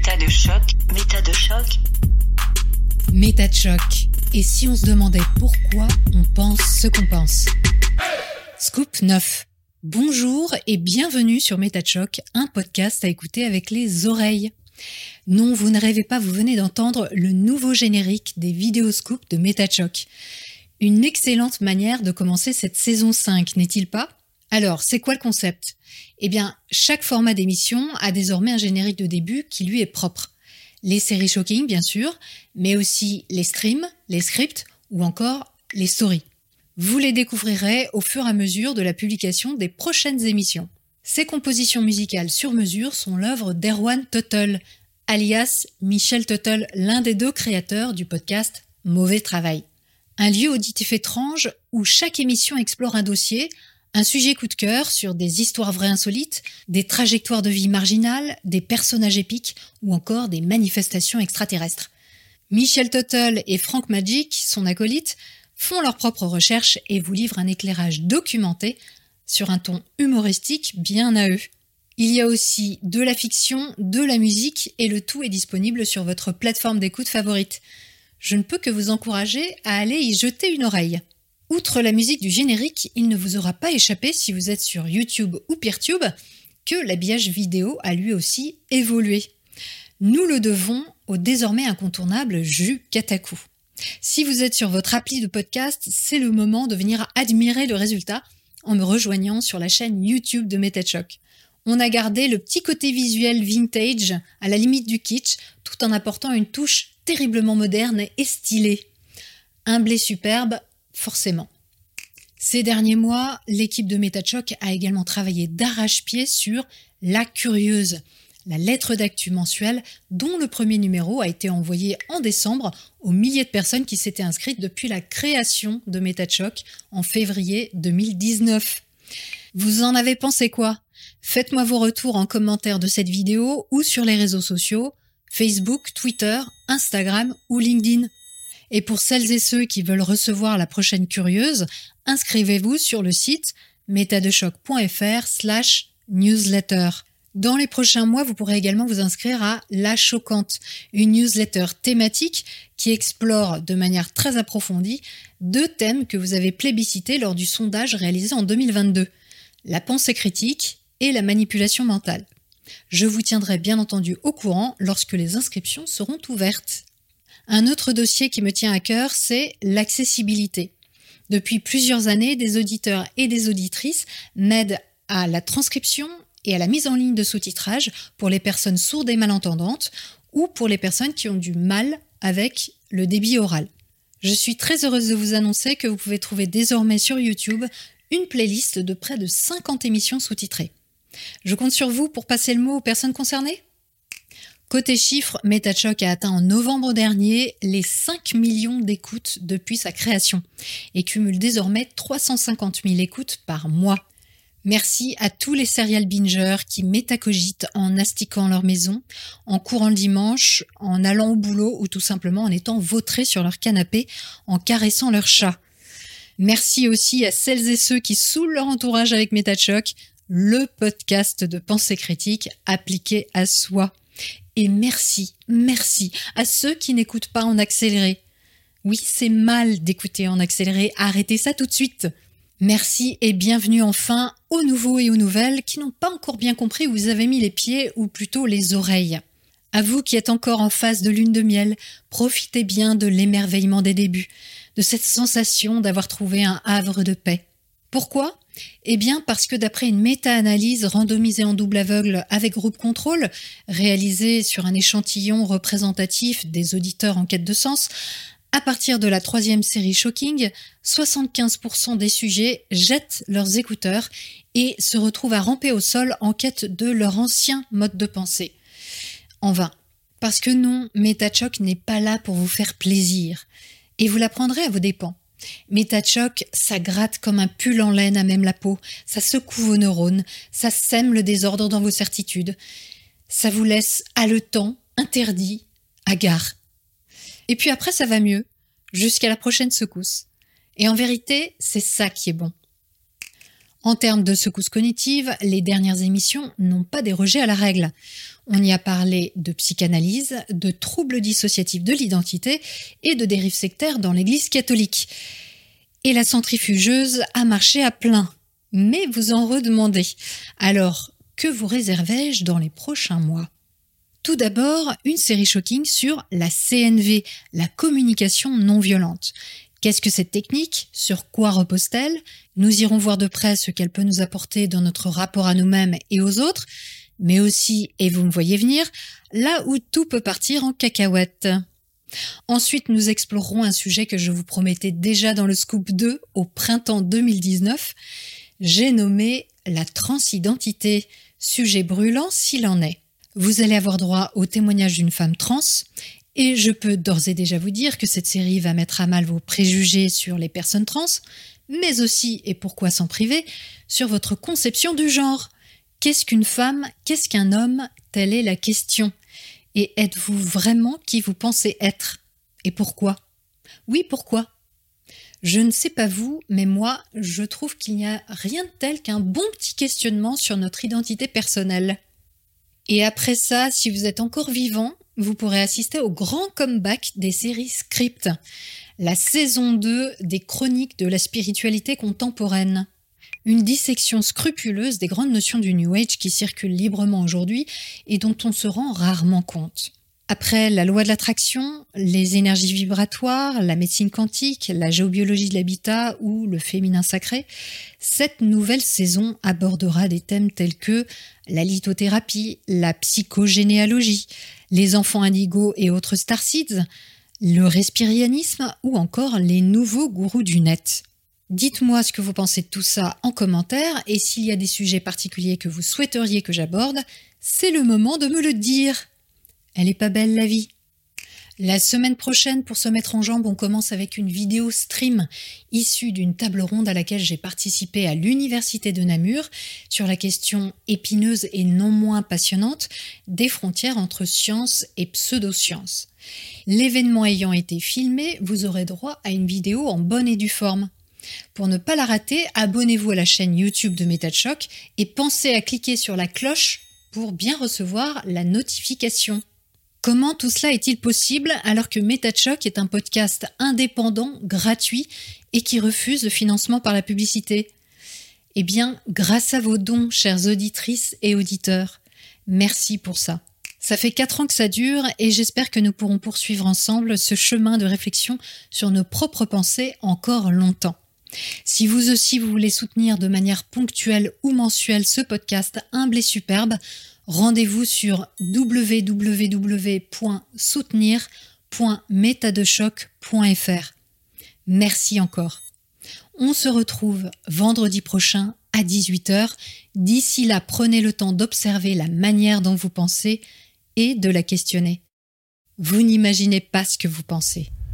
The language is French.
Méta de choc. Méta de choc. Méta de choc. Et si on se demandait pourquoi on pense ce qu'on pense? Scoop 9. Bonjour et bienvenue sur Méta de choc, un podcast à écouter avec les oreilles. Non, vous ne rêvez pas, vous venez d'entendre le nouveau générique des vidéoscoops de Méta de choc. Une excellente manière de commencer cette saison 5, n'est-il pas? Alors, c'est quoi le concept? Eh bien, chaque format d'émission a désormais un générique de début qui lui est propre. Les séries shocking, bien sûr, mais aussi les streams, les scripts ou encore les stories. Vous les découvrirez au fur et à mesure de la publication des prochaines émissions. Ces compositions musicales sur mesure sont l'œuvre d'Erwan Tuttle, alias Michel Tuttle, l'un des deux créateurs du podcast Mauvais Travail. Un lieu auditif étrange où chaque émission explore un dossier, un sujet coup de cœur sur des histoires vraies insolites, des trajectoires de vie marginales, des personnages épiques ou encore des manifestations extraterrestres. Michel Tuttle et Frank Magic, son acolyte, font leurs propres recherches et vous livrent un éclairage documenté sur un ton humoristique bien à eux. Il y a aussi de la fiction, de la musique et le tout est disponible sur votre plateforme d'écoute favorite. Je ne peux que vous encourager à aller y jeter une oreille. Outre la musique du générique, il ne vous aura pas échappé si vous êtes sur YouTube ou Peertube que l'habillage vidéo a lui aussi évolué. Nous le devons au désormais incontournable Jus Kataku. Si vous êtes sur votre appli de podcast, c'est le moment de venir admirer le résultat en me rejoignant sur la chaîne YouTube de Méta de choc. On a gardé le petit côté visuel vintage à la limite du kitsch tout en apportant une touche terriblement moderne et stylée. Un blé superbe, forcément. Ces derniers mois, l'équipe de Méta de choc a également travaillé d'arrache-pied sur La Curieuse, la lettre d'actu mensuelle dont le premier numéro a été envoyé en décembre aux milliers de personnes qui s'étaient inscrites depuis la création de Méta de choc en février 2019. Vous en avez pensé quoi? Faites-moi vos retours en commentaire de cette vidéo ou sur les réseaux sociaux, Facebook, Twitter, Instagram ou LinkedIn. Et pour celles et ceux qui veulent recevoir la prochaine curieuse, inscrivez-vous sur le site metadechoc.fr/newsletter. Dans les prochains mois, vous pourrez également vous inscrire à La Choquante, une newsletter thématique qui explore de manière très approfondie 2 thèmes que vous avez plébiscités lors du sondage réalisé en 2022, la pensée critique et la manipulation mentale. Je vous tiendrai bien entendu au courant lorsque les inscriptions seront ouvertes. Un autre dossier qui me tient à cœur, c'est l'accessibilité. Depuis plusieurs années, des auditeurs et des auditrices m'aident à la transcription et à la mise en ligne de sous-titrage pour les personnes sourdes et malentendantes ou pour les personnes qui ont du mal avec le débit oral. Je suis très heureuse de vous annoncer que vous pouvez trouver désormais sur YouTube une playlist de près de 50 émissions sous-titrées. Je compte sur vous pour passer le mot aux personnes concernées. Côté chiffres, Méta de choc a atteint en novembre dernier les 5 millions d'écoutes depuis sa création et cumule désormais 350 000 écoutes par mois. Merci à tous les serial bingers qui métacogitent en astiquant leur maison, en courant le dimanche, en allant au boulot ou tout simplement en étant vautrés sur leur canapé, en caressant leur chat. Merci aussi à celles et ceux qui saoulent leur entourage avec Méta de choc, le podcast de pensée critique appliqué à soi. Et merci à ceux qui n'écoutent pas en accéléré. Oui, c'est mal d'écouter en accéléré, arrêtez ça tout de suite. Merci et bienvenue enfin aux nouveaux et aux nouvelles qui n'ont pas encore bien compris où vous avez mis les pieds ou plutôt les oreilles. À vous qui êtes encore en phase de lune de miel, profitez bien de l'émerveillement des débuts, de cette sensation d'avoir trouvé un havre de paix. Pourquoi ? Eh bien parce que d'après une méta-analyse randomisée en double aveugle avec groupe contrôle, réalisée sur un échantillon représentatif des auditeurs en quête de sens, à partir de la 3e série Shocking, 75% des sujets jettent leurs écouteurs et se retrouvent à ramper au sol en quête de leur ancien mode de pensée. En vain. Parce que non, Méta de choc n'est pas là pour vous faire plaisir. Et vous l'apprendrez à vos dépens. Méta de choc, ça gratte comme un pull en laine à même la peau, ça secoue vos neurones, ça sème le désordre dans vos certitudes. Ça vous laisse haletant, interdit, hagard. Et puis après, ça va mieux, jusqu'à la prochaine secousse. Et en vérité, c'est ça qui est bon. En termes de secousses cognitives, les dernières émissions n'ont pas dérogé à la règle. On y a parlé de psychanalyse, de troubles dissociatifs de l'identité et de dérives sectaires dans l'Église catholique. Et la centrifugeuse a marché à plein. Mais vous en redemandez. Alors, que vous réservais-je dans les prochains mois ? Tout d'abord, une série shocking sur la CNV, la communication non violente. Qu'est-ce que cette technique ? Sur quoi repose-t-elle ? Nous irons voir de près ce qu'elle peut nous apporter dans notre rapport à nous-mêmes et aux autres, mais aussi, et vous me voyez venir, là où tout peut partir en cacahuète. Ensuite, nous explorerons un sujet que je vous promettais déjà dans le Scoop 2 au printemps 2019. J'ai nommé la transidentité, sujet brûlant s'il en est. Vous allez avoir droit au témoignage d'une femme trans, et je peux d'ores et déjà vous dire que cette série va mettre à mal vos préjugés sur les personnes trans, mais aussi, et pourquoi s'en priver, sur votre conception du genre. Qu'est-ce qu'une femme ? Qu'est-ce qu'un homme ? Telle est la question. Et êtes-vous vraiment qui vous pensez être ? Et pourquoi ? Oui, pourquoi ? Je ne sais pas vous, mais moi, je trouve qu'il n'y a rien de tel qu'un bon petit questionnement sur notre identité personnelle. Et après ça, si vous êtes encore vivant, vous pourrez assister au grand comeback des séries Script, la saison 2 des chroniques de la spiritualité contemporaine. Une dissection scrupuleuse des grandes notions du New Age qui circulent librement aujourd'hui et dont on se rend rarement compte. Après la loi de l'attraction, les énergies vibratoires, la médecine quantique, la géobiologie de l'habitat ou le féminin sacré, cette nouvelle saison abordera des thèmes tels que la lithothérapie, la psychogénéalogie, les enfants indigos et autres starseeds, le respirianisme ou encore les nouveaux gourous du net. Dites-moi ce que vous pensez de tout ça en commentaire et s'il y a des sujets particuliers que vous souhaiteriez que j'aborde, c'est le moment de me le dire. Elle est pas belle la vie. La semaine prochaine, pour se mettre en jambe, on commence avec une vidéo stream issue d'une table ronde à laquelle j'ai participé à l'Université de Namur sur la question épineuse et non moins passionnante des frontières entre science et pseudo-science. L'événement ayant été filmé, vous aurez droit à une vidéo en bonne et due forme. Pour ne pas la rater, abonnez-vous à la chaîne YouTube de Méta de Choc et pensez à cliquer sur la cloche pour bien recevoir la notification. Comment tout cela est-il possible alors que Méta de Choc est un podcast indépendant, gratuit et qui refuse le financement par la publicité ? Eh bien, grâce à vos dons, chères auditrices et auditeurs. Merci pour ça. Ça fait 4 ans que ça dure et j'espère que nous pourrons poursuivre ensemble ce chemin de réflexion sur nos propres pensées encore longtemps. Si vous aussi vous voulez soutenir de manière ponctuelle ou mensuelle ce podcast humble et superbe, rendez-vous sur www.soutenir.metadechoc.fr. Merci encore. On se retrouve vendredi prochain à 18h. D'ici là, prenez le temps d'observer la manière dont vous pensez et de la questionner. Vous n'imaginez pas ce que vous pensez.